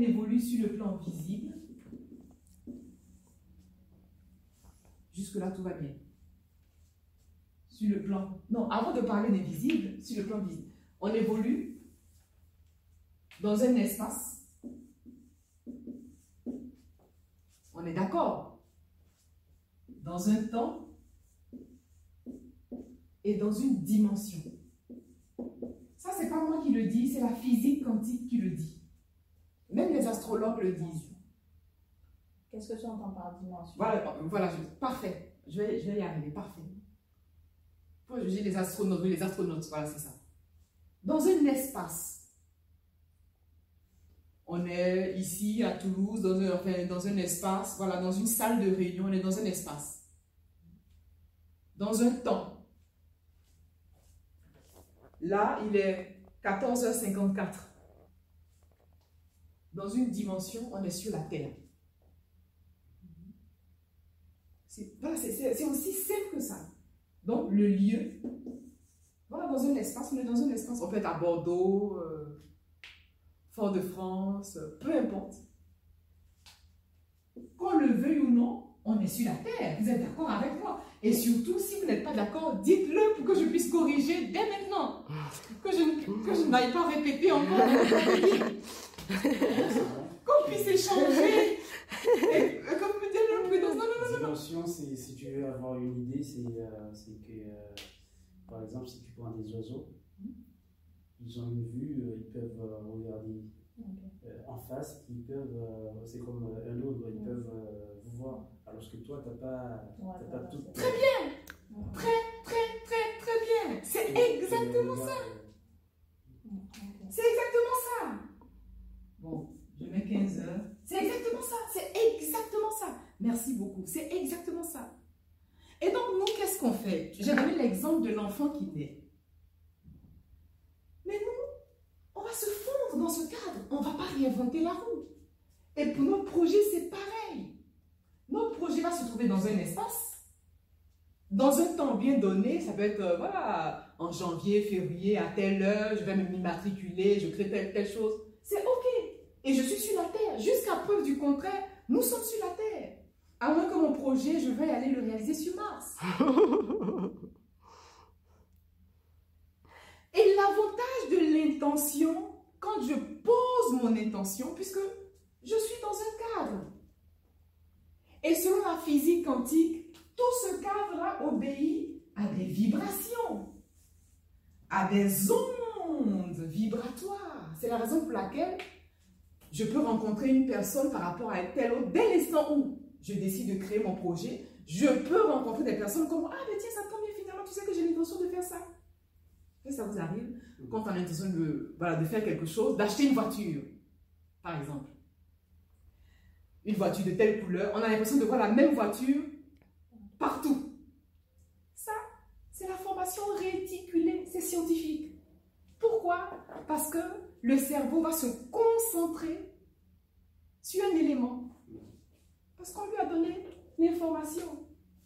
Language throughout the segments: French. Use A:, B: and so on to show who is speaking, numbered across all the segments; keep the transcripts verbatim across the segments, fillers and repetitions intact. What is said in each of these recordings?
A: évolue sur le plan visible. Jusque-là, tout va bien. Sur le plan... Non, avant de parler des visibles, sur le plan visible, on évolue dans un espace. On est d'accord? Dans un temps et dans une dimension. Ça, c'est pas moi qui le dis, c'est la physique quantique qui le dit. Même les astrologues le disent.
B: Qu'est-ce que tu entends par dimension?
A: Voilà, voilà je, parfait. Je vais, je vais y arriver, parfait. Pour juger les astronautes, les astronautes, voilà, c'est ça. Dans un espace, on est ici à Toulouse, dans un, enfin, dans un espace, voilà, dans une salle de réunion, on est dans un espace. Dans un temps. Là, il est quatorze heures cinquante-quatre. Dans une dimension, on est sur la Terre. C'est voilà, aussi simple que ça. Donc, le lieu, voilà, dans un espace, on est dans un espace. On peut être à Bordeaux, euh, Fort-de-France, euh, peu importe. Qu'on le veuille ou non, on est sur la Terre. Vous êtes d'accord avec moi? Et surtout, si vous n'êtes pas d'accord, dites-le pour que je puisse corriger dès maintenant. Que je, que je n'aille pas répéter encore. Qu'on puisse échanger. Et, euh, comme vous dites, le non, non, non, non.
C: Dimension, c'est, si tu veux avoir une idée, c'est euh, que, euh, par exemple, si tu prends des oiseaux, ils ont une vue, euh, ils peuvent euh, regarder okay. euh, en face, ils peuvent, euh, c'est comme euh, un autre, ils mmh. peuvent euh, vous voir, alors que toi, tu n'as pas,
B: ouais,
C: t'as pas tout.
A: Très bien, mmh. très, très, très, très bien, c'est exactement ça. Mmh. Okay. C'est exactement ça. Bon, je mets quinze heures. C'est exactement ça, c'est exactement ça. Merci beaucoup, c'est exactement ça. Et donc, nous, qu'est-ce qu'on fait? J'ai donné l'exemple de l'enfant qui naît. Mais nous, on va se fondre dans ce cadre. On ne va pas réinventer la roue. Et pour notre projet, c'est pareil. Notre projet va se trouver dans un espace, dans un temps bien donné. Ça peut être, euh, voilà, en janvier, février, à telle heure, je vais m'immatriculer, je crée telle, telle chose. C'est OK. Et je suis sur la Terre. Jusqu'à preuve du contraire, nous sommes sur la Terre. À moins que mon projet, je veuille aller le réaliser sur Mars. Et l'avantage de l'intention, quand je pose mon intention, puisque je suis dans un cadre. Et selon la physique quantique, tout ce cadre-là obéit à des vibrations, à des ondes vibratoires. C'est la raison pour laquelle je peux rencontrer une personne par rapport à tel autre. Dès l'instant où je décide de créer mon projet, je peux rencontrer des personnes comme « Ah, mais tiens, ça tombe bien, finalement, tu sais que j'ai l'intention de faire ça. » Et ça vous arrive quand on a l'intention de, voilà, de faire quelque chose, d'acheter une voiture, par exemple. Une voiture de telle couleur, on a l'impression de voir la même voiture partout. Ça, c'est la formation réticulée, c'est scientifique. Pourquoi? Parce que le cerveau va se concentrer sur un élément. Parce qu'on lui a donné l'information.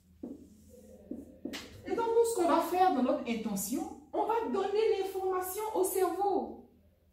A: Et donc, nous, ce qu'on va faire dans notre intention, on va donner l'information au cerveau.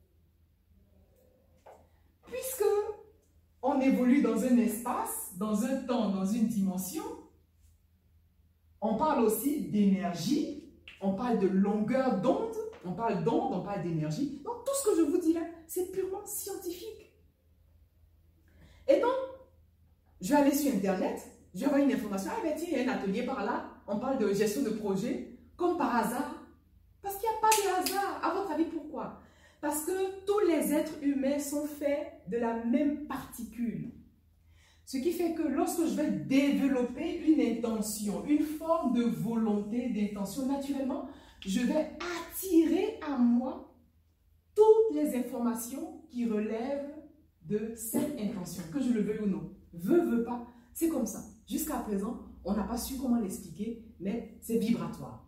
A: Puisque on évolue dans un espace, dans un temps, dans une dimension, on parle aussi d'énergie, on parle de longueur d'onde, on parle d'onde, on parle d'énergie. Donc, tout ce que je vous dis là, c'est purement scientifique. Et donc, je vais aller sur Internet, je vais avoir une information. Ah ben tiens, il y a un atelier par là, on parle de gestion de projet, comme par hasard. Parce qu'il n'y a pas de hasard. À votre avis, pourquoi? Parce que tous les êtres humains sont faits de la même particule. Ce qui fait que lorsque je vais développer une intention, une forme de volonté, d'intention, naturellement, je vais attirer à moi toutes les informations qui relèvent de cette intention, que je le veuille ou non. Veux, veux pas, c'est comme ça. Jusqu'à présent, on n'a pas su comment l'expliquer, mais c'est vibratoire.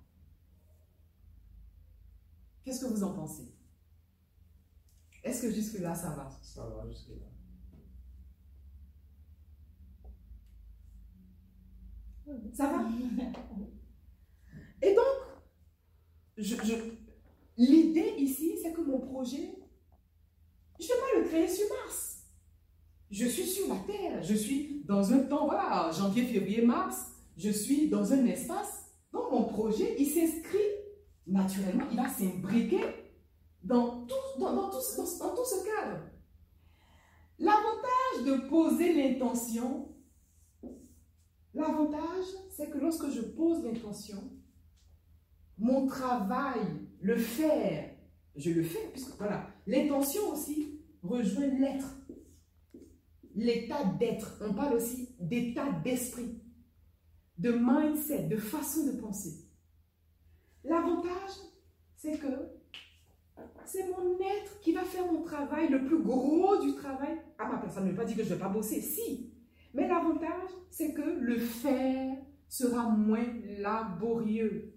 A: Qu'est-ce que vous en pensez? Est-ce que jusque-là, ça va?
C: Ça va jusque-là.
A: Ça va? Et donc, je, je, l'idée ici, c'est que mon projet, je ne vais pas le créer sur Mars. Je suis sur la Terre, je suis dans un temps, voilà, janvier, février, mars, je suis dans un espace. Donc mon projet, il s'inscrit naturellement, il va s'imbriquer dans tout, dans, dans, tout, dans, dans tout ce cadre. L'avantage de poser l'intention, l'avantage, c'est que lorsque je pose l'intention, mon travail, le faire, je le fais, puisque voilà, l'intention aussi rejoint l'être, l'état d'être. On parle aussi d'état d'esprit, de mindset, de façon de penser. L'avantage, c'est que c'est mon être qui va faire mon travail, le plus gros du travail à ma place. Ça ne veut pas dire que je ne vais pas bosser, si. Mais l'avantage, c'est que le faire sera moins laborieux.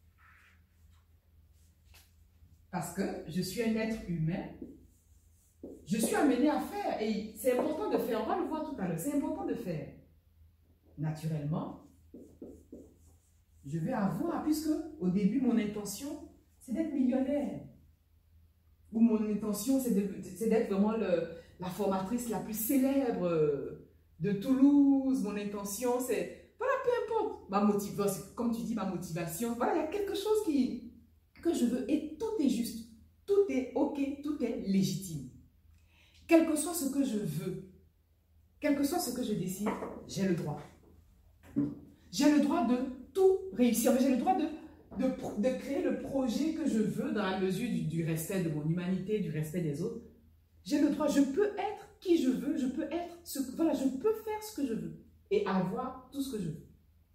A: Parce que je suis un être humain, je suis amené à faire. Et c'est important de faire, on va le voir tout à l'heure, c'est important de faire. Naturellement, je vais avoir, puisque au début, mon intention, c'est d'être millionnaire. Ou mon intention, c'est d'être vraiment le, la formatrice la plus célèbre de Toulouse. Mon intention, c'est, voilà, peu importe. Ma motivation, comme tu dis, ma motivation. Voilà, il y a quelque chose qui, que je veux et tout est juste. Tout est OK, tout est légitime. Quel que soit ce que je veux, quel que soit ce que je décide, j'ai le droit. J'ai le droit de tout réussir. J'ai le droit de... De, de créer le projet que je veux dans la mesure du, du respect de mon humanité, du respect des autres. J'ai le droit, je peux être qui je veux, je peux être ce que, voilà, je peux faire ce que je veux et avoir tout ce que je veux.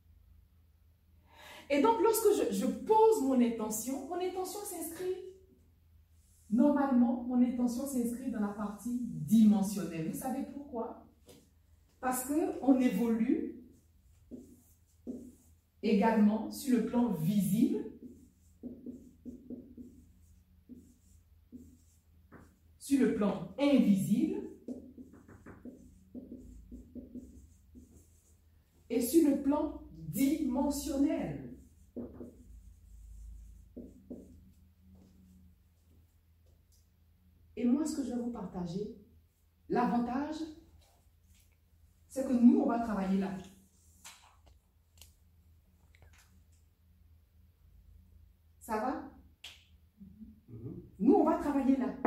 A: Et donc, lorsque je, je pose mon intention, mon intention s'inscrit, normalement, mon intention s'inscrit dans la partie dimensionnelle. Vous savez pourquoi? Parce qu'on évolue également sur le plan visible, sur le plan invisible et sur le plan dimensionnel. Et moi, ce que je vais vous partager, l'avantage, c'est que nous, on va travailler là. Ça va? Mm-hmm. Nous, on va travailler là.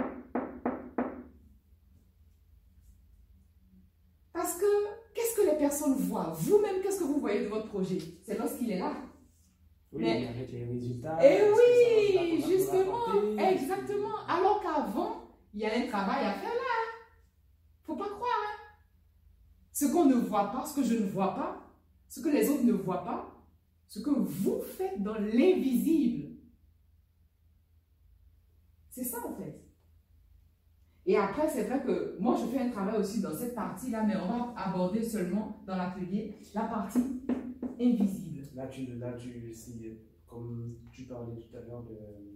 A: Parce que, qu'est-ce que les personnes voient? Vous-même, qu'est-ce que vous voyez de votre projet? C'est lorsqu'il est là.
C: Oui,
A: mais,
C: avec les résultats.
A: Et oui, justement, exactement. Alors qu'avant, il y a un travail à faire là. Faut pas croire. Hein? Ce qu'on ne voit pas, ce que je ne vois pas, ce que les autres ne voient pas, ce que vous faites dans l'invisible. C'est ça en fait. Et après, c'est vrai que moi, je fais un travail aussi dans cette partie-là, mais on va aborder seulement dans l'atelier la partie invisible.
C: Là, tu, là, tu, comme tu parlais tout à l'heure de,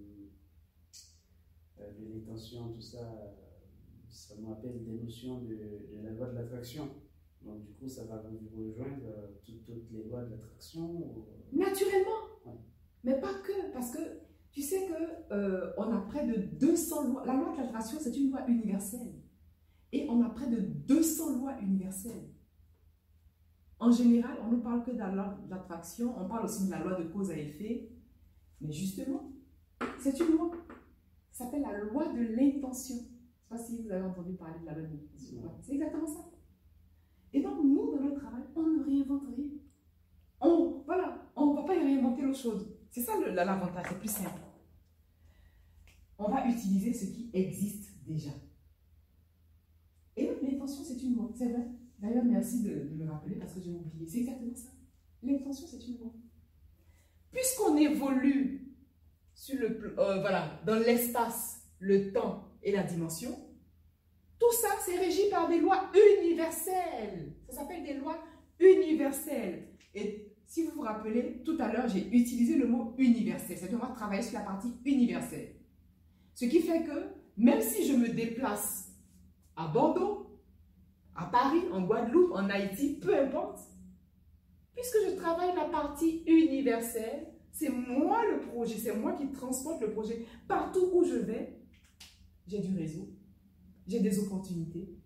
C: de l'intention, tout ça, ça me rappelle des notions de, de la loi de l'attraction. Donc, du coup, ça va vous rejoindre toutes, toutes les lois de l'attraction. Ou...
A: Naturellement.
C: Ouais.
A: Mais pas que, parce que tu sais qu'on euh, a près de deux cents lois. La loi de l'attraction, c'est une loi universelle. Et on a près de deux cents lois universelles. En général, on ne parle que de la loi de l'attraction, on parle aussi de la loi de cause à effet. Mais justement, c'est une loi. Ça s'appelle la loi de l'intention. Je ne sais pas si vous avez entendu parler de la loi de l'intention. C'est exactement ça. Et donc, nous, dans notre travail, on ne réinvente rien. On, voilà, on ne va pas y réinventer l'autre chose. C'est ça l'avantage, c'est plus simple. On va utiliser ce qui existe déjà. Et donc, l'intention, c'est une loi, c'est vrai. D'ailleurs, merci de, de me rappeler parce que j'ai oublié. C'est exactement ça. L'intention, c'est une loi. Puisqu'on évolue sur le, euh, voilà, dans l'espace, le temps et la dimension, tout ça, c'est régi par des lois universelles. Ça s'appelle des lois universelles. Et si vous vous rappelez, tout à l'heure, j'ai utilisé le mot universel. C'est-à-dire qu'on va travailler sur la partie universelle. Ce qui fait que, même si je me déplace à Bordeaux, à Paris, en Guadeloupe, en Haïti, peu importe, puisque je travaille la partie universelle, c'est moi le projet, c'est moi qui transporte le projet. Partout où je vais, j'ai du réseau, j'ai des opportunités,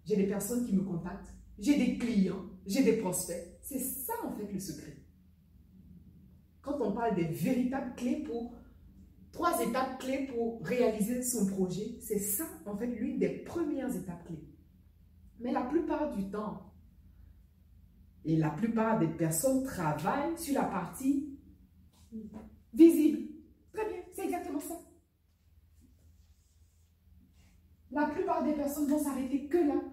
A: j'ai des personnes qui me contactent, j'ai des clients, j'ai des prospects. C'est ça en fait le secret. Quand on parle des véritables clés pour, trois étapes clés pour réaliser son projet, c'est ça en fait l'une des premières étapes clés. Mais la plupart du temps, et la plupart des personnes travaillent sur la partie visible. Très bien, c'est exactement ça. La plupart des personnes vont s'arrêter que là.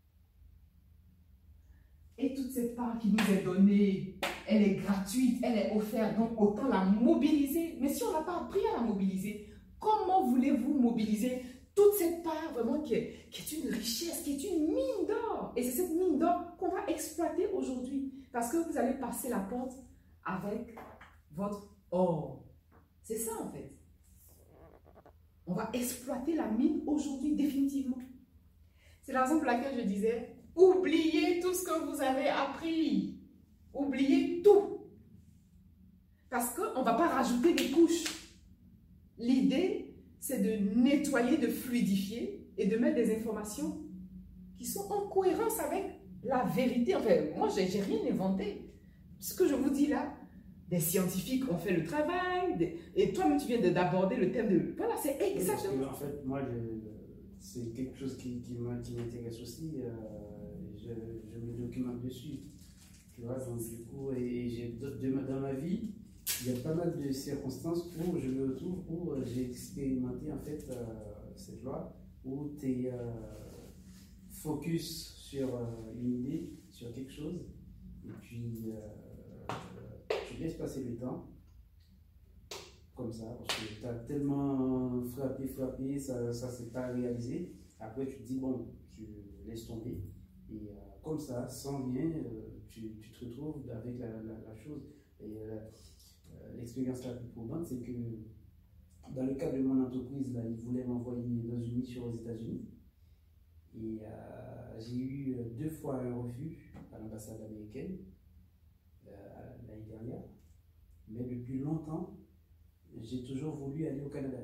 A: Et toute cette part qui nous est donnée, elle est gratuite, elle est offerte, donc autant la mobiliser. Mais si on n'a pas appris à la mobiliser, comment voulez-vous mobiliser toute cette part vraiment qui est, qui est une richesse, qui est une mine d'or? Et c'est cette mine d'or qu'on va exploiter aujourd'hui. Parce que vous allez passer la porte avec votre or. C'est ça en fait. On va exploiter la mine aujourd'hui définitivement. C'est la raison pour laquelle je disais, oubliez tout ce que vous avez appris. Oubliez tout. Parce qu'on ne va pas rajouter des couches. L'idée, c'est de nettoyer, de fluidifier et de mettre des informations qui sont en cohérence avec la vérité. Enfin, moi, je n'ai rien inventé. Ce que je vous dis là, des scientifiques ont fait le travail, des... et toi-même, tu viens d'aborder le thème de... Voilà, c'est exactement...
C: En fait, moi, c'est quelque chose qui, qui m'intéresse aussi. Euh, je, je me documente dessus. Tu vois, donc du coup, et j'ai, dans ma vie, il y a pas mal de circonstances où je me retrouve, où j'ai expérimenté en fait euh, cette loi, où tu es euh, focus sur euh, une idée, sur quelque chose, et puis euh, tu laisses passer le temps, comme ça, parce que tu as tellement frappé, frappé, ça ne s'est pas réalisé. Après, tu te dis, bon, tu laisses tomber, et euh, comme ça, sans rien, euh, tu, tu te retrouves avec la, la, la chose. Et euh, l'expérience la plus probante, c'est que dans le cadre de mon entreprise, là, ils voulaient m'envoyer dans une mission aux États-Unis. Et euh, j'ai eu deux fois un refus à l'ambassade américaine euh, l'année dernière. Mais depuis longtemps, j'ai toujours voulu aller au Canada.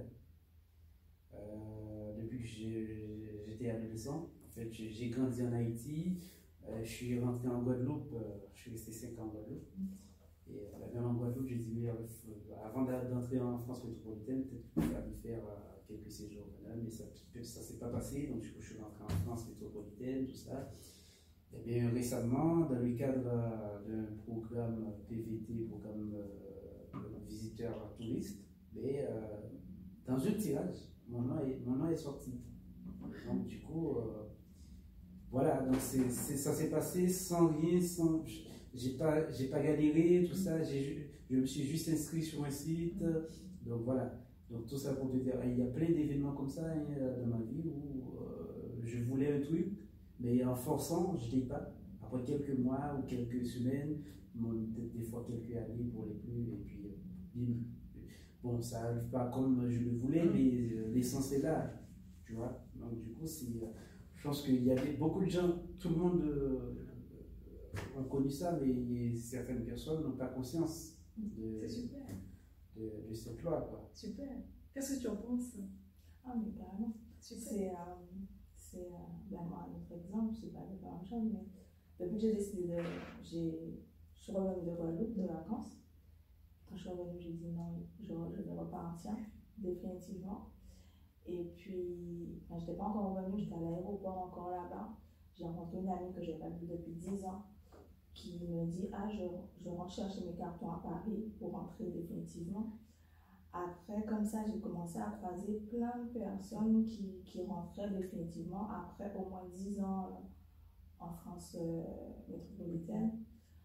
C: Euh, depuis que j'étais adolescent, en fait, j'ai grandi en Haïti. Euh, je suis rentré en Guadeloupe, euh, je suis resté cinq ans en Guadeloupe. Et euh, même en Guadeloupe, j'ai dit, mais euh, avant d'entrer en France métropolitaine, peut-être qu'il fallait faire euh, quelques séjours. Voilà, mais ça ne s'est pas passé, donc du coup, je suis rentré en France métropolitaine, tout ça. Et bien récemment, dans le cadre euh, d'un programme P V T, programme euh, visiteur touriste, mais, euh, dans un tirage, mon nom est, mon nom est sorti. Donc du coup, euh, voilà, donc c'est, c'est, ça s'est passé sans rien, sans, j'ai pas, j'ai pas galéré, tout ça, j'ai, je me suis juste inscrit sur un site, donc voilà. Donc tout ça pour te dire, il y a plein d'événements comme ça hein, dans ma vie où euh, je voulais un truc, mais en forçant, je ne l'ai pas. Après quelques mois ou quelques semaines, peut-être des fois quelques années pour les plus, et puis bim. Bon, ça n'arrive pas comme je le voulais, mais l'essence est là, tu vois. Donc du coup, c'est, je pense qu'il y a des, beaucoup de gens, tout le monde euh, ont connu ça, mais certaines personnes n'ont pas conscience de,
A: c'est super.
C: De, de cette loi, quoi.
A: Super. Qu'est-ce que tu en penses?
B: Ah, mais carrément. C'est, euh, c'est euh, ben moi, un autre exemple, c'est pas la même chose, mais depuis que j'ai décidé de. J'ai, je suis revenue de Guadeloupe de vacances. Quand je suis revenue, j'ai dit non, je, je vais repartir, définitivement. Et puis, enfin, je n'étais pas encore revenue, j'étais à l'aéroport encore là-bas. J'ai rencontré une amie que je n'ai pas vue depuis dix ans qui me dit ah, je, je rentre chercher mes cartons à Paris pour rentrer définitivement. Après, comme ça, j'ai commencé à croiser plein de personnes qui, qui rentraient définitivement après au moins dix ans euh, en France euh, métropolitaine.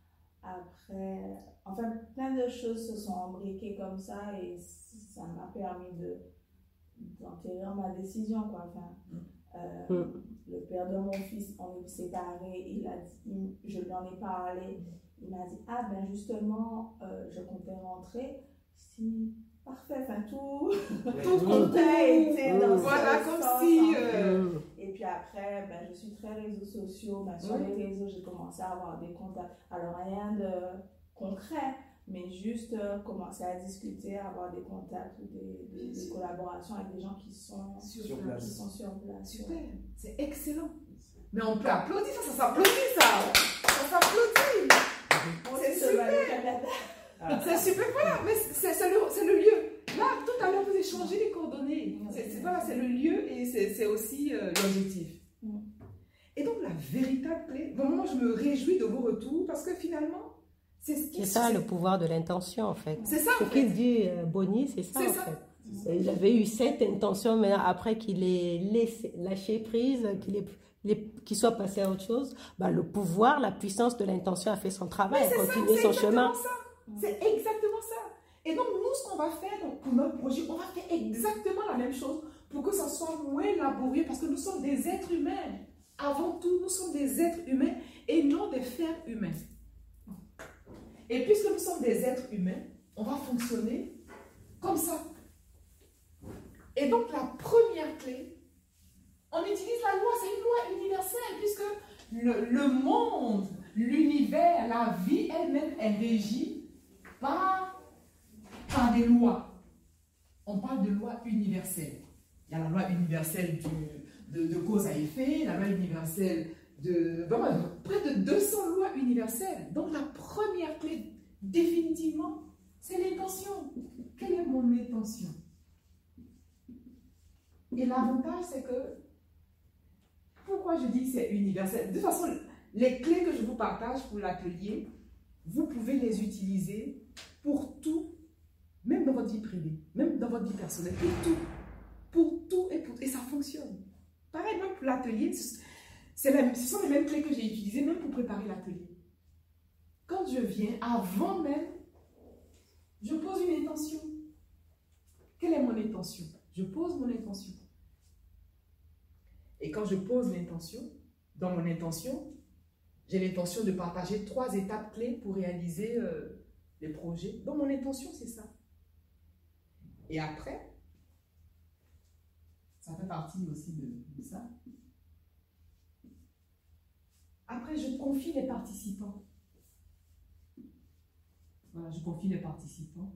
B: Après, enfin, plein de choses se sont embriquées comme ça et ça m'a permis de, d'enterrer ma décision, quoi. Enfin, euh, mm. Le père de mon fils, on est séparés, il a dit, il, je lui en ai parlé, il m'a dit, ah ben justement, euh, je comptais rentrer, si, parfait, enfin tout, tout comptait, était dans
A: voilà, comme si... Euh...
B: Et puis après, ben, je suis très réseaux sociaux, ben, sur oui. les réseaux, j'ai commencé à avoir des contacts, alors rien de concret, mais juste euh, commencer à discuter, à avoir des contacts ou des, des, des collaborations avec des gens qui sont
A: sur,
B: sur
A: place.
B: Qui sont sur place.
A: Super, c'est excellent. Mais on peut applaudir, ça, ça s'applaudit, ça. Ça s'applaudit. C'est super. C'est super, voilà, mais c'est le, le lieu. Là, tout à l'heure, vous échangez les coordonnées. C'est voilà, c'est le lieu et c'est aussi euh, l'objectif. Et donc, la véritable clé, bon, moi, je me réjouis de vos retours parce que finalement, c'est ce qui...
D: C'est ça, le pouvoir de l'intention, en fait.
A: C'est ça, en
D: Ce
A: fait.
D: qu'il dit, euh, Bonnie, c'est ça, en
A: ça.
D: fait. Il avait eu cette intention, mais après qu'il ait laissé, lâché prise, qu'il ait... qu'il soit passé à autre chose, bah, le pouvoir, la puissance de l'intention a fait son travail, a continué son chemin.
A: C'est exactement ça. Et donc, nous, ce qu'on va faire donc, pour notre projet, on va faire exactement la même chose pour que ça soit moins laborieux, parce que nous sommes des êtres humains. Avant tout, nous sommes des êtres humains et non des fers humains. Et puisque nous sommes des êtres humains, on va fonctionner comme ça. Et donc, la première clé, on utilise la loi, c'est une loi universelle, puisque le, le monde, l'univers, la vie elle-même est régie par, par des lois. On parle de loi universelle. Il y a la loi universelle du, de, de cause à effet, la loi universelle de... Vraiment, près de deux cents lois universelles. Donc la première clé, définitivement, c'est l'intention. Quelle est mon intention? Et l'avantage, c'est que pourquoi je dis que c'est universel? De toute façon, les clés que je vous partage pour l'atelier, vous pouvez les utiliser pour tout, même dans votre vie privée, même dans votre vie personnelle, pour tout. Pour tout et pour tout. Et ça fonctionne. Pareil, même pour l'atelier, ce sont les mêmes clés que j'ai utilisées, même pour préparer l'atelier. Quand je viens, avant même, je pose une intention. Quelle est mon intention? Je pose mon intention. Et quand je pose l'intention, dans mon intention, j'ai l'intention de partager trois étapes clés pour réaliser euh, les projets. Donc mon intention, c'est ça. Et après, ça fait partie aussi de, de ça. Après, je confie les participants. Voilà, je confie les participants.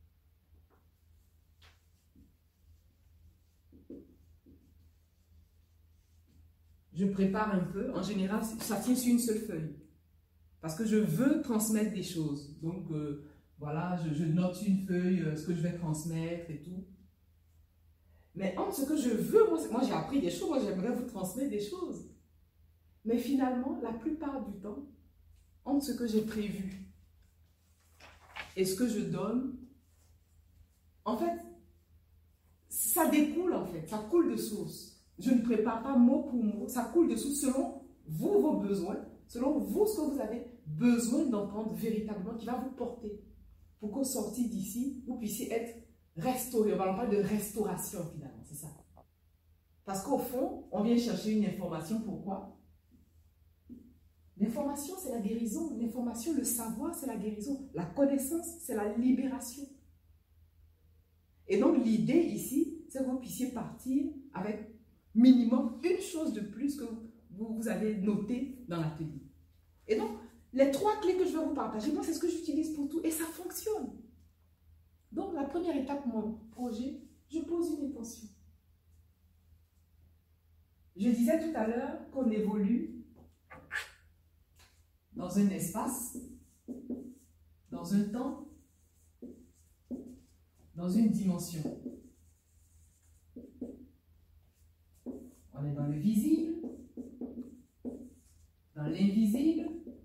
A: Je prépare un peu. En général, ça tient sur une seule feuille. Parce que je veux transmettre des choses. Donc, euh, voilà, je, je note une feuille, euh, ce que je vais transmettre et tout. Mais entre ce que je veux, moi, moi j'ai appris des choses, moi j'aimerais vous transmettre des choses. Mais finalement, la plupart du temps, entre ce que j'ai prévu et ce que je donne, en fait, ça découle en fait, ça coule de source. Je ne prépare pas mot pour mot, ça coule de source selon vous, vos besoins, selon vous, ce que vous avez besoin d'entendre véritablement, qui va vous porter pour qu'au sortir d'ici, vous puissiez être restauré. On va parler de restauration finalement, c'est ça. Parce qu'au fond, on vient chercher une information, pourquoi? L'information, c'est la guérison. L'information, le savoir, c'est la guérison. La connaissance, c'est la libération. Et donc, l'idée ici, c'est que vous puissiez partir avec minimum une chose de plus que vous, vous avez noté dans l'atelier. Et donc, les trois clés que je vais vous partager, moi, c'est ce que j'utilise pour tout et ça fonctionne. Donc, la première étape, mon projet, je pose une intention. Je disais tout à l'heure qu'on évolue dans un espace, dans un temps, dans une dimension. On est dans le visible, dans l'invisible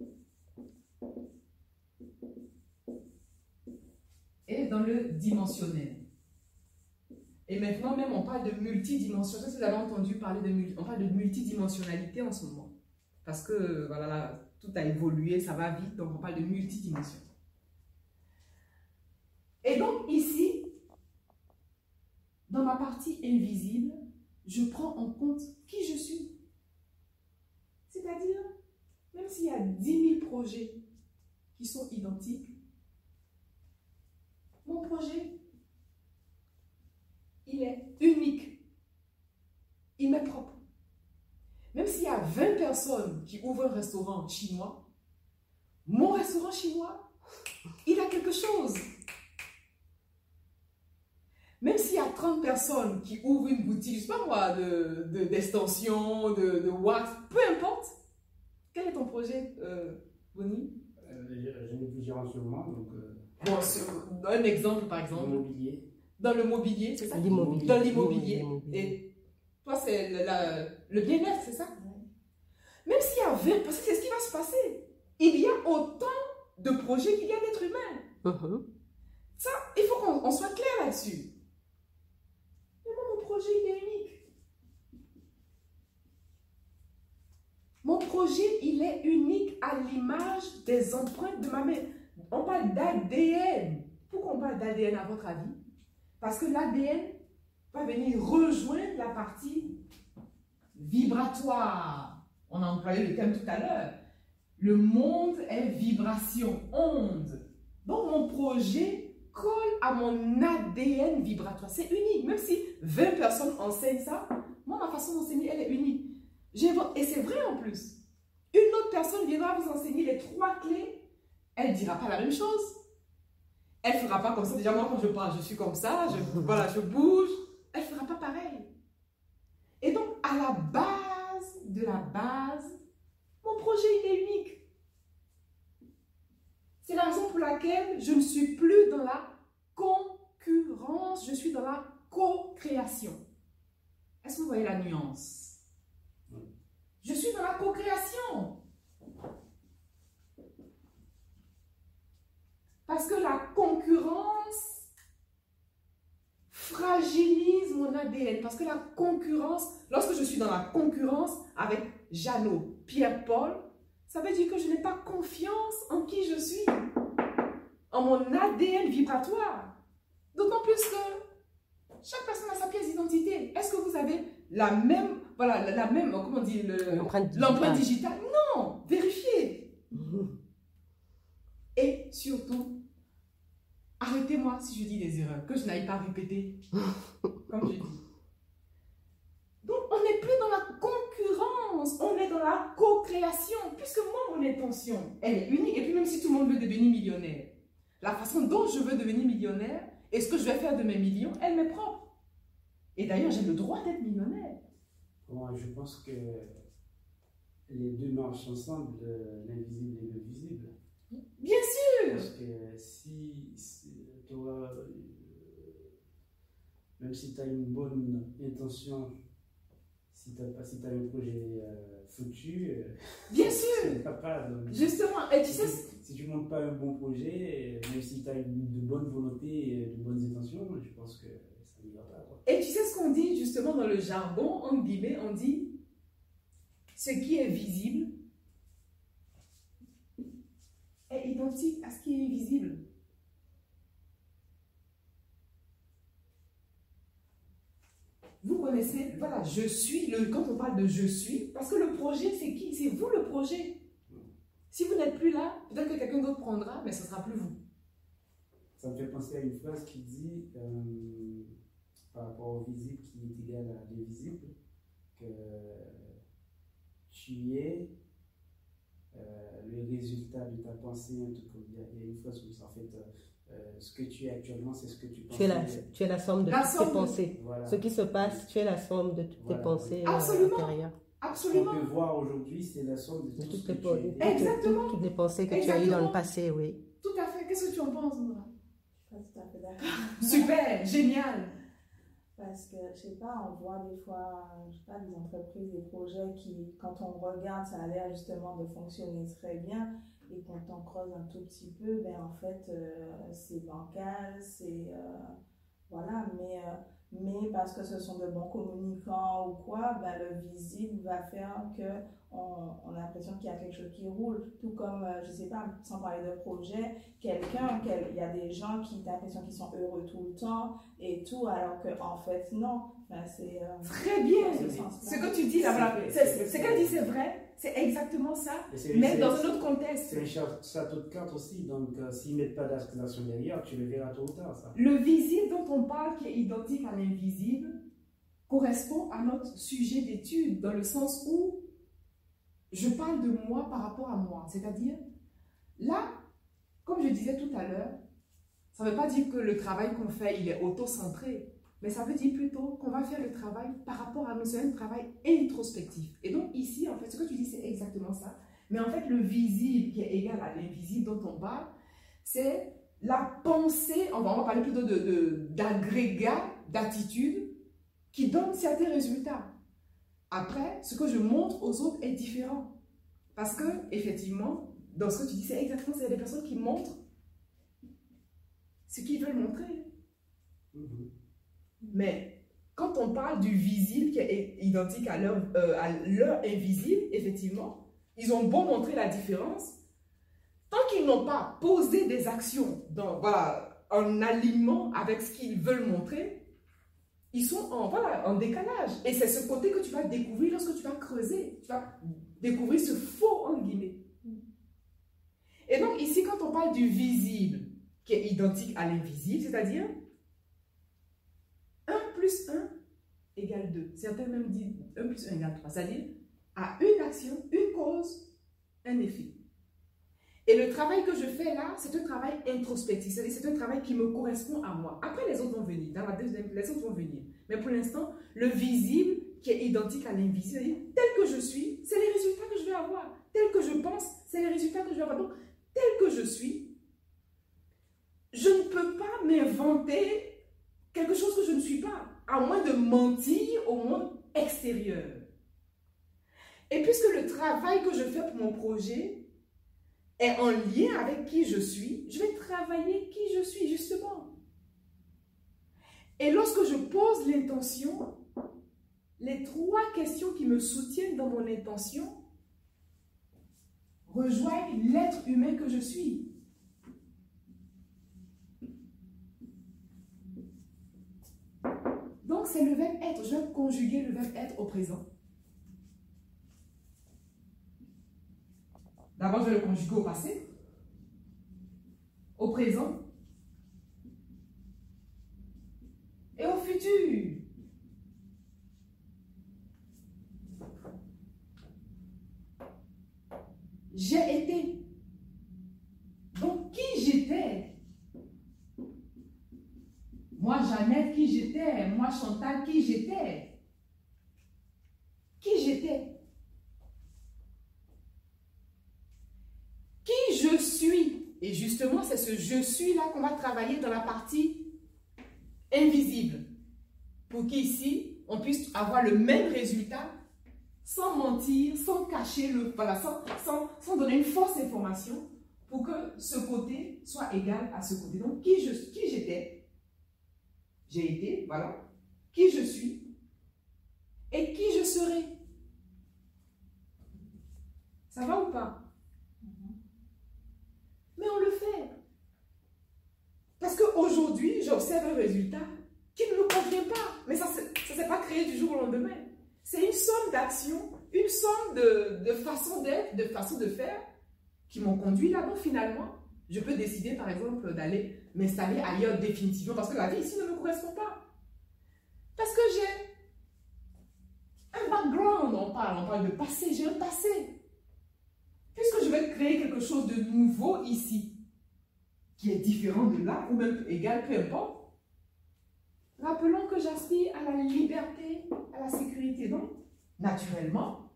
A: et dans le dimensionnel. Et maintenant même on parle de multidimension. Si vous avez entendu parler de, on parle de multidimensionnalité en ce moment. Parce que voilà, là, tout a évolué, ça va vite, donc on parle de multidimension. Et donc ici, dans ma partie invisible, je prends en compte qui je suis. C'est-à-dire, même s'il y a dix mille projets qui sont identiques, mon projet, il est unique, il m'est propre. Même s'il y a vingt personnes qui ouvrent un restaurant chinois, mon restaurant chinois, il a quelque chose. Même s'il y a trente personnes qui ouvrent une boutique, je ne sais pas moi, de, de, d'extension, de, de wax, peu importe. Quel est ton projet, euh, Bonnie?
C: euh, J'en ai plusieurs en ce moment. Donc, euh,
A: bon, sur, un exemple, par exemple.
C: L'immobilier.
A: Dans le mobilier, c'est ça?
D: L'immobilier.
A: Dans l'immobilier.
D: L'immobilier.
A: Et toi, c'est le, la- le bien-être, c'est ça? Même s'il y a vingt, parce que c'est ce qui va se passer. Il y a autant de projets qu'il y a d'êtres humains.
D: Mhm.
A: Ça, il faut qu'on on soit clair là-dessus. Mais moi, mon projet, il est unique. Mon projet, il est unique à l'image des empreintes de ma mère. On parle d'A D N. Pourquoi on parle d'A D N à votre avis? Parce que l'A D N va venir rejoindre la partie vibratoire. On a employé le terme tout à l'heure. Le monde est vibration, onde. Donc mon projet colle à mon A D N vibratoire. C'est unique. Même si vingt personnes enseignent ça, moi, ma façon d'enseigner, elle est unique. Et c'est vrai en plus. Une autre personne viendra vous enseigner les trois clés. Elle ne dira pas la même chose. Elle ne fera pas comme ça. Déjà, moi, quand je parle, je suis comme ça. Je, voilà, je bouge. Elle ne fera pas pareil. Et donc, à la base de la base, mon projet, il est unique. C'est la raison pour laquelle je ne suis plus dans la concurrence, je suis dans la co-création. Est-ce que vous voyez la nuance? Je suis dans la co-création. Parce que la concurrence fragilise mon A D N. Parce que la concurrence, lorsque je suis dans la concurrence avec Jeannot, Pierre-Paul, ça veut dire que je n'ai pas confiance en qui je suis, en mon A D N vibratoire. D'autant plus que chaque personne a sa pièce d'identité. Est-ce que vous avez la même, voilà, la, la même, comment on dit,
D: l'empreinte
A: digitale. digitale? Non, vérifiez. Mmh. Et surtout, arrêtez-moi si je dis des erreurs, que je n'aille pas répéter, comme je dis. Donc, on n'est plus dans la concurrence, on est dans la co-création, puisque moi, mon intention, elle est unique. Et puis, même si tout le monde veut devenir millionnaire, la façon dont je veux devenir millionnaire et ce que je vais faire de mes millions, elle m'est propre. Et d'ailleurs, j'ai le droit d'être millionnaire.
C: Bon, je pense que les deux marchent ensemble, l'invisible et le visible.
A: Bien sûr!
C: Parce que si, si toi, euh, même si tu as une bonne intention, si tu as, si tu as un projet euh, foutu, euh,
A: bien sûr!
C: Pas, donc,
A: justement, et tu sais.
C: Si, si tu ne montes pas un bon projet, même si tu as une, de bonnes volontés et de bonnes intentions, je pense que ça n'ira pas. Quoi.
A: Et tu sais ce qu'on dit justement dans le jargon, en guillemets, on dit ce qui est visible est identique à ce qui est invisible. Vous connaissez, voilà, je suis, le, quand on parle de je suis, parce que le projet, c'est qui? C'est vous le projet. Si vous n'êtes plus là, peut-être que quelqu'un d'autre prendra, mais ce ne sera plus vous.
C: Ça me fait penser à une phrase qui dit, euh, par rapport au visible qui est égal à l'invisible, que tu es euh, le résultat de ta pensée. En tout cas, il y a, il y a une phrase où en fait, euh, ce que tu es actuellement, c'est ce que tu penses.
D: Tu es la, tu es la somme de
A: la
D: toutes
A: somme
D: tes pensées.
C: Voilà.
D: Ce qui se passe, tu es la somme de toutes
C: voilà.
D: tes pensées
A: Absolument.
D: euh, intérieures.
A: Absolument.
C: Ce qu'on peut voir aujourd'hui, c'est la somme de,
D: De
C: tout
D: toutes,
C: ce
D: les,
C: que tu as
D: toutes,
C: été.
A: Exactement.
D: toutes, toutes les pensées que
A: Exactement.
D: tu as eues dans le passé, oui.
A: Tout à fait. Qu'est-ce que tu en penses, Nora?
B: Je suis pas tout à fait d'accord.
A: Super, génial.
B: Parce que, je sais pas, on voit des fois, je sais pas, des entreprises, des projets qui, quand on regarde, ça a l'air justement de fonctionner très bien. Et quand on creuse un tout petit peu, ben en fait, euh, c'est bancal, c'est... Euh, voilà, mais, euh, mais parce que ce sont de bons communicants ou quoi, ben le visible va faire qu'on on a l'impression qu'il y a quelque chose qui roule. Tout comme, euh, je sais pas, sans parler de projet, quelqu'un, quel, il y a des gens qui ont l'impression qu'ils sont heureux tout le temps et tout, alors qu'en fait, non. Ben, c'est, euh,
A: Très bien.
B: ce,
A: ce que tu dis là, voilà. Ce qu'elle dit, c'est vrai. C'est exactement ça, mais dans un autre contexte.
C: C'est un château de cartes aussi, donc euh, s'ils ne mettent pas d'accusation derrière, tu le verras tôt ou tard, ça.
A: Le visible dont on parle, qui est identique à l'invisible, correspond à notre sujet d'étude, dans le sens où je parle de moi par rapport à moi. C'est-à-dire, là, comme je disais tout à l'heure, Ça ne veut pas dire que le travail qu'on fait, il est auto-centré. Mais ça veut dire plutôt qu'on va faire le travail par rapport à nous, c'est un travail introspectif. Et donc ici, en fait, ce que tu dis, c'est exactement ça. Mais en fait, le visible qui est égal à l'invisible dont on parle, c'est la pensée, on va, on va parler plutôt d'agrégat, d'attitude, qui donne certains résultats. Après, ce que je montre aux autres est différent. Parce que, effectivement, dans ce que tu dis, c'est exactement, c'est des personnes qui montrent ce qu'ils veulent montrer. Mm-hmm. Mais quand on parle du visible qui est identique à leur, euh, à leur invisible, effectivement, ils ont beau montrer la différence, tant qu'ils n'ont pas posé des actions dans, voilà, en alignement avec ce qu'ils veulent montrer, ils sont en, voilà, en décalage. Et c'est ce côté que tu vas découvrir lorsque tu vas creuser. Tu vas découvrir ce faux, en guillemets. Et donc ici, quand on parle du visible qui est identique à l'invisible, c'est-à-dire un plus un égale deux. Certains même disent un plus un égale trois. C'est-à-dire à une action, une cause, un effet. Et le travail que je fais là, c'est un travail introspectif. C'est-à-dire c'est un travail qui me correspond à moi. Après, les autres vont venir. Dans la deuxième, les autres vont venir. Mais pour l'instant, le visible qui est identique à l'invisible, c'est-à-dire tel que je suis, c'est les résultats que je vais avoir. Tel que je pense, c'est les résultats que je vais avoir. Donc, tel que je suis, je ne peux pas m'inventer quelque chose que je ne suis pas, à moins de mentir au monde extérieur. Et puisque le travail que je fais pour mon projet est en lien avec qui je suis, je vais travailler qui je suis, justement. Et lorsque je pose l'intention, les trois questions qui me soutiennent dans mon intention rejoignent l'être humain que je suis. Donc, c'est le verbe être. Je vais conjuguer le verbe être au présent. D'abord, je vais le conjuguer au passé, au présent et au futur. J'ai été. Donc, qui j'étais? Moi, Jeannette, qui j'étais? Moi, Chantal, qui j'étais? Qui j'étais? Qui je suis? Et justement, c'est ce je suis là qu'on va travailler dans la partie invisible. Pour qu'ici, on puisse avoir le même résultat sans mentir, sans cacher, le, voilà, sans, sans, sans donner une fausse information pour que ce côté soit égal à ce côté. Donc, qui je, qui j'étais? J'ai été, voilà. Qui je suis? Et qui je serai? Ça va ou pas? Mais on le fait. Parce qu'aujourd'hui, j'observe un résultat qui ne me convient pas. Mais ça ne s'est pas créé du jour au lendemain. C'est une somme d'actions, une somme de, de façons d'être, de façons de faire qui m'ont conduit là. Donc finalement, je peux décider par exemple d'aller m'installer ailleurs définitivement parce que la vie ici ne me correspond pas. Parce que j'ai un background, on parle, on parle de passé, j'ai un passé. Puisque je vais créer quelque chose de nouveau ici, qui est différent de là, ou même égal, peu importe, rappelons que j'aspire à la liberté, à la sécurité. Donc, naturellement,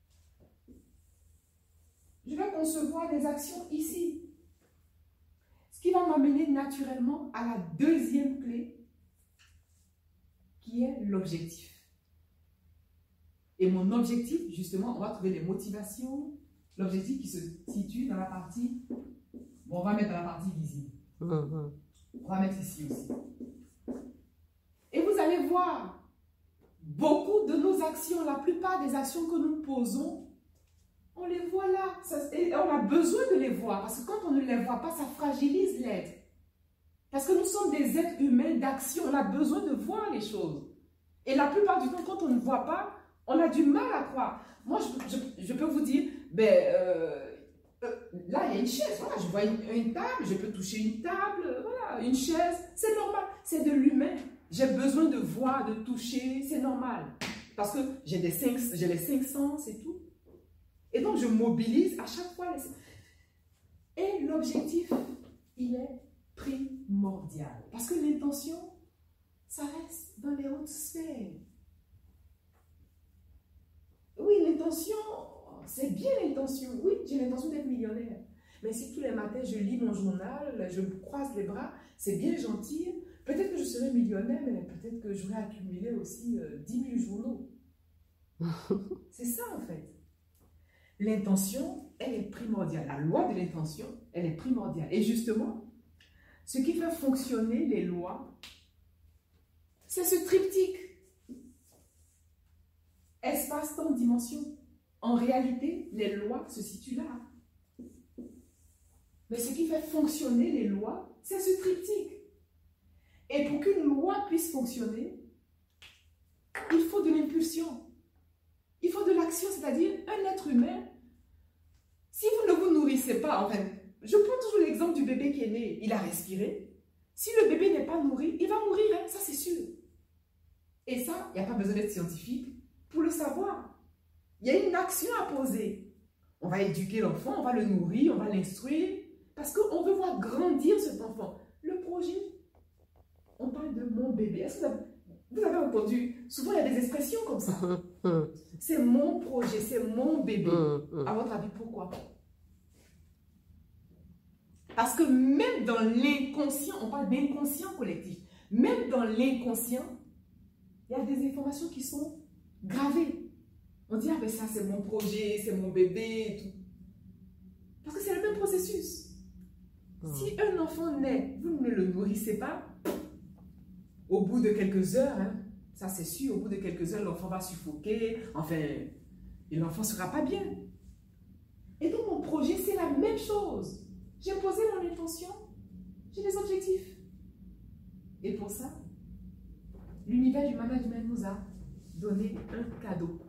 A: je vais concevoir des actions ici. Ce qui va m'amener naturellement à la deuxième clé, qui est l'objectif. Et mon objectif, justement, on va trouver les motivations. L'objectif qui se situe dans la partie, bon, on va mettre dans la partie visible. Mm-hmm. On va mettre ici aussi. Et vous allez voir, beaucoup de nos actions, la plupart des actions que nous posons, on les voit là. Ça, et on a besoin de les voir, parce que quand on ne les voit pas, ça fragilise l'être. Parce que nous sommes des êtres humains d'action, on a besoin de voir les choses. Et la plupart du temps, quand on ne voit pas, on a du mal à croire. Moi, je, je, je peux vous dire, ben, euh, euh, là, il y a une chaise, voilà, je vois une, une table, je peux toucher une table, voilà, une chaise, c'est normal, c'est de l'humain. J'ai besoin de voir, de toucher, c'est normal. Parce que j'ai les cinq, j'ai les cinq sens et tout. Et donc, je mobilise à chaque fois les... Et l'objectif, il est primordial. Parce que l'intention, ça reste dans les hautes sphères. Oui, l'intention, c'est bien l'intention. Oui, j'ai l'intention d'être millionnaire. Mais si tous les matins je lis mon journal, je croise les bras, c'est bien gentil. Peut-être que je serai millionnaire, mais peut-être que j'aurai accumulé aussi euh, dix mille journaux. C'est ça en fait. L'intention, elle est primordiale. La loi de l'intention, elle est primordiale. Et justement, ce qui fait fonctionner les lois, c'est ce triptyque. Espace, temps, dimension. En réalité, les lois se situent là. Mais ce qui fait fonctionner les lois, c'est ce triptyque. Et pour qu'une loi puisse fonctionner, il faut de l'impulsion. Il faut de l'action, c'est-à-dire un être humain. Si vous ne vous nourrissez pas, enfin, je prends toujours l'exemple du bébé qui est né, il a respiré. Si le bébé n'est pas nourri, il va mourir, hein, ça c'est sûr. Et ça, il n'y a pas besoin d'être scientifique pour le savoir. Il y a une action à poser. On va éduquer l'enfant, on va le nourrir, on va l'instruire, parce qu'on veut voir grandir cet enfant. Le projet, on parle de mon bébé. Est-ce que vous avez, vous avez entendu? Souvent, il y a des expressions comme ça. C'est mon projet, c'est mon bébé. À votre avis, pourquoi? Parce que même dans l'inconscient, on parle d'inconscient collectif, même dans l'inconscient, il y a des informations qui sont gravées. On dit, ah ben ça c'est mon projet, c'est mon bébé et tout. Parce que c'est le même processus. Si un enfant naît, vous ne le nourrissez pas, au bout de quelques heures, hein, ça c'est sûr, au bout de quelques heures, l'enfant va suffoquer, enfin, et l'enfant ne sera pas bien. Et donc mon projet, c'est la même chose. J'ai posé mon intention, j'ai des objectifs. Et pour ça, l'univers du management nous a donné un cadeau.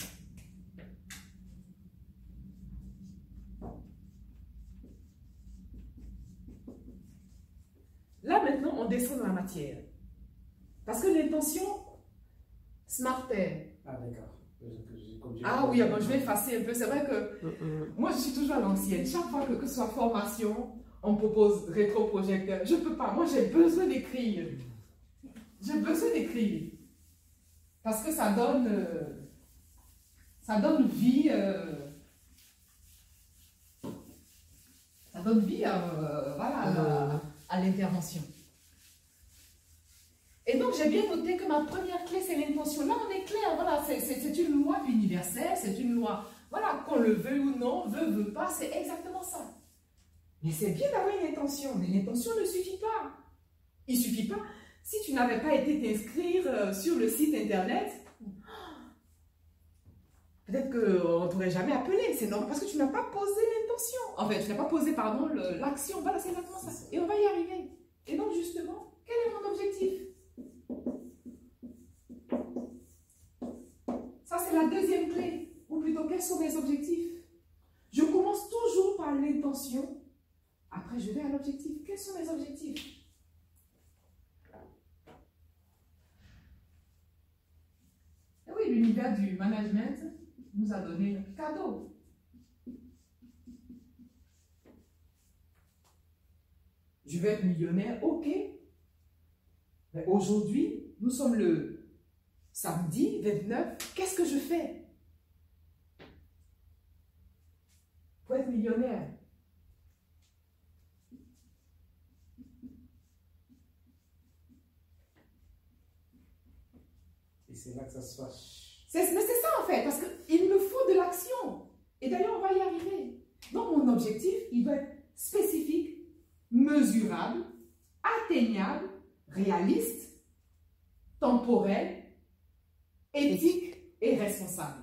A: Là, maintenant, on descend dans la matière. Parce que l'intention, smarter.
C: Ah, d'accord.
A: Ah oui, bon, je vais effacer un peu. C'est vrai que
D: Mm-mm.
A: moi, je suis toujours à l'ancienne. Chaque fois que, que ce soit formation, on me propose rétroprojecteur. Je ne peux pas. Moi, j'ai besoin d'écrire. J'ai besoin d'écrire. Parce que ça donne, euh, ça donne vie, euh, ça donne vie à, euh, voilà, à, à l'intervention. Et donc, j'ai bien noté que ma première clé, c'est l'intention. Là, on est clair, voilà, c'est une loi universelle, c'est une loi, voilà, qu'on le veuille ou non, veut, veut pas, c'est exactement ça. Mais c'est bien d'avoir une intention, mais l'intention ne suffit pas. Il ne suffit pas. Si tu n'avais pas été t'inscrire sur le site internet, peut-être qu'on ne t'aurait jamais appelé, c'est normal, parce que tu n'as pas posé l'intention. En fait, tu n'as pas posé, pardon, l'action. Voilà, c'est exactement ça. Et on va y arriver. Et donc, justement, quel est mon objectif? Ça, c'est la deuxième clé. Ou plutôt, quels sont mes objectifs? Je commence toujours par l'intention. Après, je vais à l'objectif. Quels sont mes objectifs? Et oui, l'univers du management nous a donné un cadeau. Je vais être millionnaire, ok. Mais aujourd'hui, nous sommes le samedi vingt-neuf. Qu'est-ce que je fais pour être millionnaire?
C: Et c'est là que ça se passe.
A: Mais c'est ça en fait, parce qu'il me faut de l'action. Et d'ailleurs, on va y arriver. Donc, mon objectif, il doit être spécifique, mesurable, atteignable, réaliste, temporel, éthique et responsable.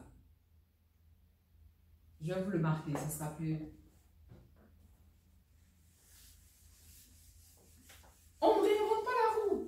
A: Je vais vous le marquer, ça sera plus... On ne réinvente pas la roue.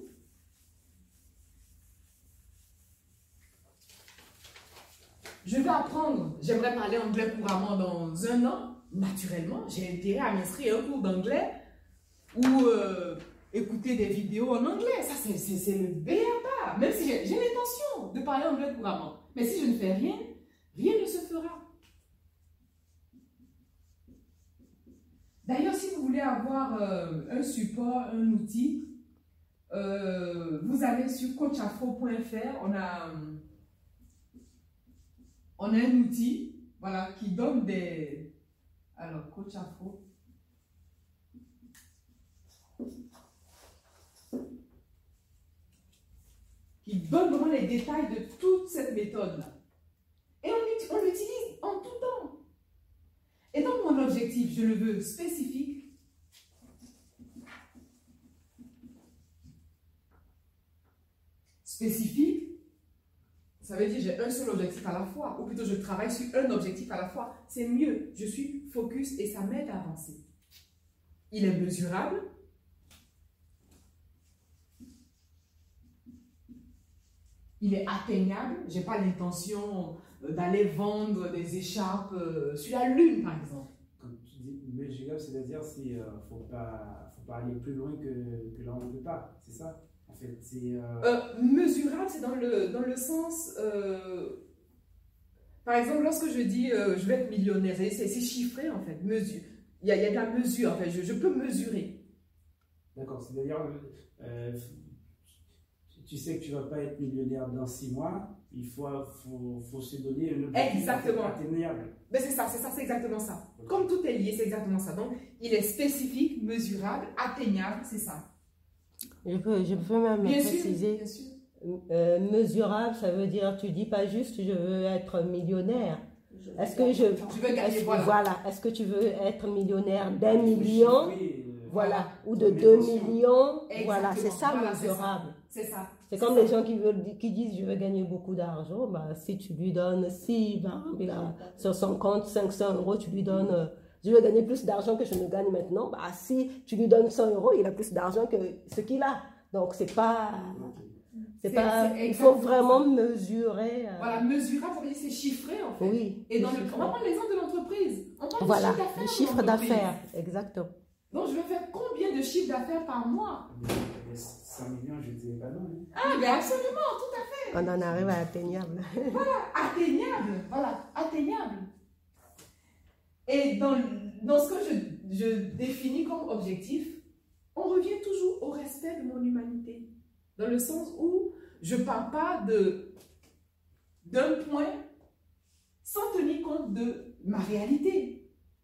A: Je vais apprendre, j'aimerais parler anglais couramment dans un an. Naturellement, j'ai intérêt à m'inscrire à un cours d'anglais ou euh, écouter des vidéos en anglais. Ça, c'est le B A B A. Même si j'ai l'intention de parler anglais couramment. Mais si je ne fais rien, rien ne se fera. D'ailleurs, si vous voulez avoir euh, un support, un outil, euh, vous allez sur coach afro point F R. On a, on a un outil, voilà, qui donne des... Alors, coach afro. Qui donne vraiment les détails de toute cette méthode-là. Et on, on l'utilise en tout temps. Et donc, mon objectif, je le veux spécifique. Spécifique, ça veut dire j'ai un seul objectif à la fois, ou plutôt je travaille sur un objectif à la fois. C'est mieux, je suis focus et ça m'aide à avancer. Il est mesurable. Il est atteignable. Je n'ai pas l'intention d'aller vendre des écharpes sur la lune, par exemple.
C: Quand tu dis mesurable, c'est-à-dire qu'il ne faut pas, faut pas aller plus loin que, que là où on ne peut pas, c'est ça? En fait, c'est... Euh...
A: Euh, mesurable, c'est dans le, dans le sens... Euh, par exemple, lorsque je dis euh, je vais être millionnaire, c'est chiffré, en fait. Mesure. Il y a, il y a de la mesure, en fait. Je, je peux mesurer.
C: D'accord, c'est-à-dire... Euh, tu sais que tu ne vas pas être millionnaire dans six mois, il faut, faut, faut se donner un objectif
A: exactement.
C: atteignable.
A: Ben c'est ça, c'est ça, c'est exactement ça. Okay. Comme tout est lié, c'est exactement ça. Donc, il est spécifique, mesurable, atteignable, c'est ça.
D: Je peux, je peux même
A: bien
D: préciser.
A: Sûr, bien sûr.
D: Euh, mesurable, ça veut dire, tu dis pas juste je veux être millionnaire. Est-ce que je,
A: tu veux gagner,
D: est
A: voilà.
D: voilà. Est-ce que tu veux être millionnaire d'un million,
C: chiffrer, euh,
D: voilà, ou de deux millions,
A: exactement.
D: Voilà, c'est ça
A: voilà,
D: mesurable.
A: C'est ça.
D: C'est comme ça. Les gens qui, veulent, qui disent je veux gagner beaucoup d'argent, bah, si tu lui donnes, si bah, il a sur son compte cinq cents euros, tu lui donnes, euh, je veux gagner plus d'argent que je ne gagne maintenant, bah, si tu lui donnes cent euros, il a plus d'argent que ce qu'il a. Donc c'est pas, c'est pas, il faut vraiment ça. mesurer. Euh...
A: Voilà, mesurable, ça veut dire c'est chiffré en fait.
D: Oui.
A: Et dans le, on va prendre l'exemple de l'entreprise. On parle
D: voilà,
A: de chiffre d'affaires.
D: Chiffre d'affaires, exactement.
A: Donc je vais faire combien de chiffre d'affaires par mois?
C: cent millions, je ne dirais pas non. Hein.
A: Ah, bien absolument, tout à fait.
D: On en arrive à atteignable.
A: Voilà, atteignable. Voilà, atteignable. Et dans, dans ce que je, je définis comme objectif, on revient toujours au respect de mon humanité. Dans le sens où je ne pars pas d'un point sans tenir compte de ma réalité.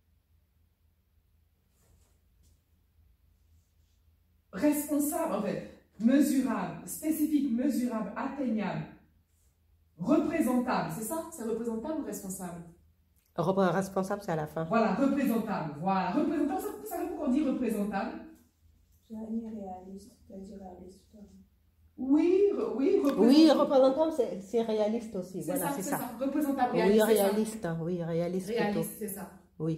A: Responsable, en fait, mesurable, spécifique, mesurable, atteignable, représentable, c'est ça? C'est représentable ou responsable?
D: Responsable, c'est à la fin.
A: Voilà, représentable, voilà. Représentable, ça, vous savez pourquoi on dit représentable?
B: J'ai mis réaliste, tu as dit réaliste.
A: Oui, re, oui, représentable.
D: Oui, représentable, c'est réaliste aussi,
A: voilà,
D: ça, c'est ça.
A: ça. Représentable,
D: réaliste,
A: oui,
D: réaliste, ça. oui, réaliste.
A: Réaliste, c'est ça.
D: Oui.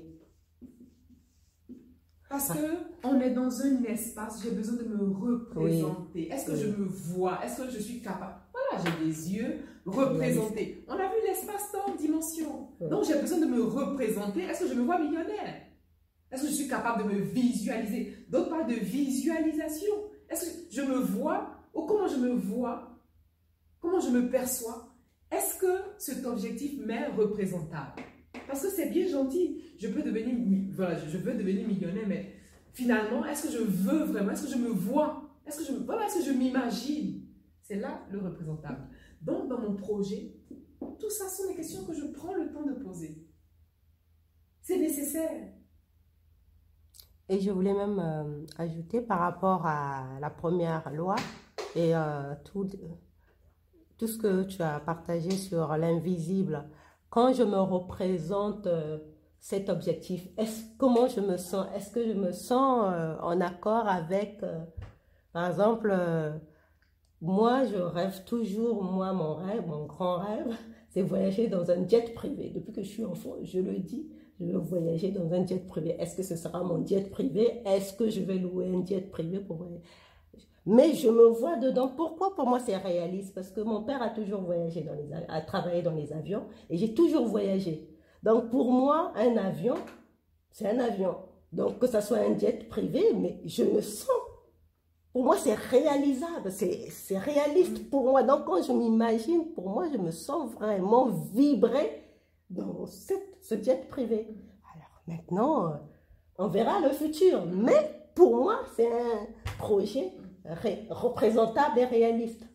A: Parce qu'on est dans un espace, j'ai besoin de me représenter. Oui. Est-ce que oui. je me vois? Est-ce que je suis capable? Voilà, j'ai des yeux représentés. On a vu l'espace-temps, dimension. Oui. Donc, j'ai besoin de me représenter. Est-ce que je me vois millionnaire? Est-ce que je suis capable de me visualiser? D'autres parlent de visualisation. Est-ce que je me vois? Ou comment je me vois? Comment je me perçois? Est-ce que cet objectif m'est représentable? Parce que c'est bien gentil, je peux devenir, voilà, je veux devenir millionnaire, mais finalement, est-ce que je veux vraiment, est-ce que je me vois, est-ce que je, voilà, est-ce que je m'imagine? C'est là le représentable. Donc, dans mon projet, tout ça sont des questions que je prends le temps de poser. C'est nécessaire.
D: Et je voulais même euh, ajouter par rapport à la première loi et euh, tout, tout ce que tu as partagé sur l'invisible. Quand je me représente euh, cet objectif, est-ce, comment je me sens? Est-ce que je me sens euh, en accord avec, euh, par exemple, euh, moi je rêve toujours, moi mon rêve, mon grand rêve, c'est voyager dans un jet privé. Depuis que je suis enfant, je le dis, je veux voyager dans un jet privé. Est-ce que ce sera mon jet privé? Est-ce que je vais louer un jet privé pour voyager? Mais je me vois dedans. Pourquoi pour moi c'est réaliste? Parce que mon père a toujours voyagé, dans les, a travaillé dans les avions et j'ai toujours voyagé. Donc pour moi, un avion, c'est un avion. Donc que ça soit un jet privé, mais je me sens. Pour moi, c'est réalisable, c'est réaliste pour moi. Donc quand je m'imagine, pour moi, je me sens vraiment vibrer dans cette, ce jet privé. Alors maintenant, On verra le futur. Mais pour moi, c'est un projet ré- représentable et réaliste.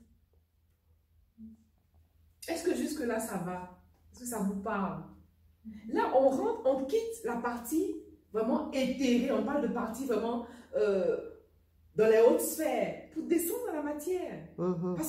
A: Est-ce que jusque-là, ça va? Est-ce que ça vous parle? Là, on rentre, on quitte la partie vraiment éthérée. On parle de partie vraiment euh, dans les hautes sphères pour descendre dans la matière.
D: Mhm.
A: Parce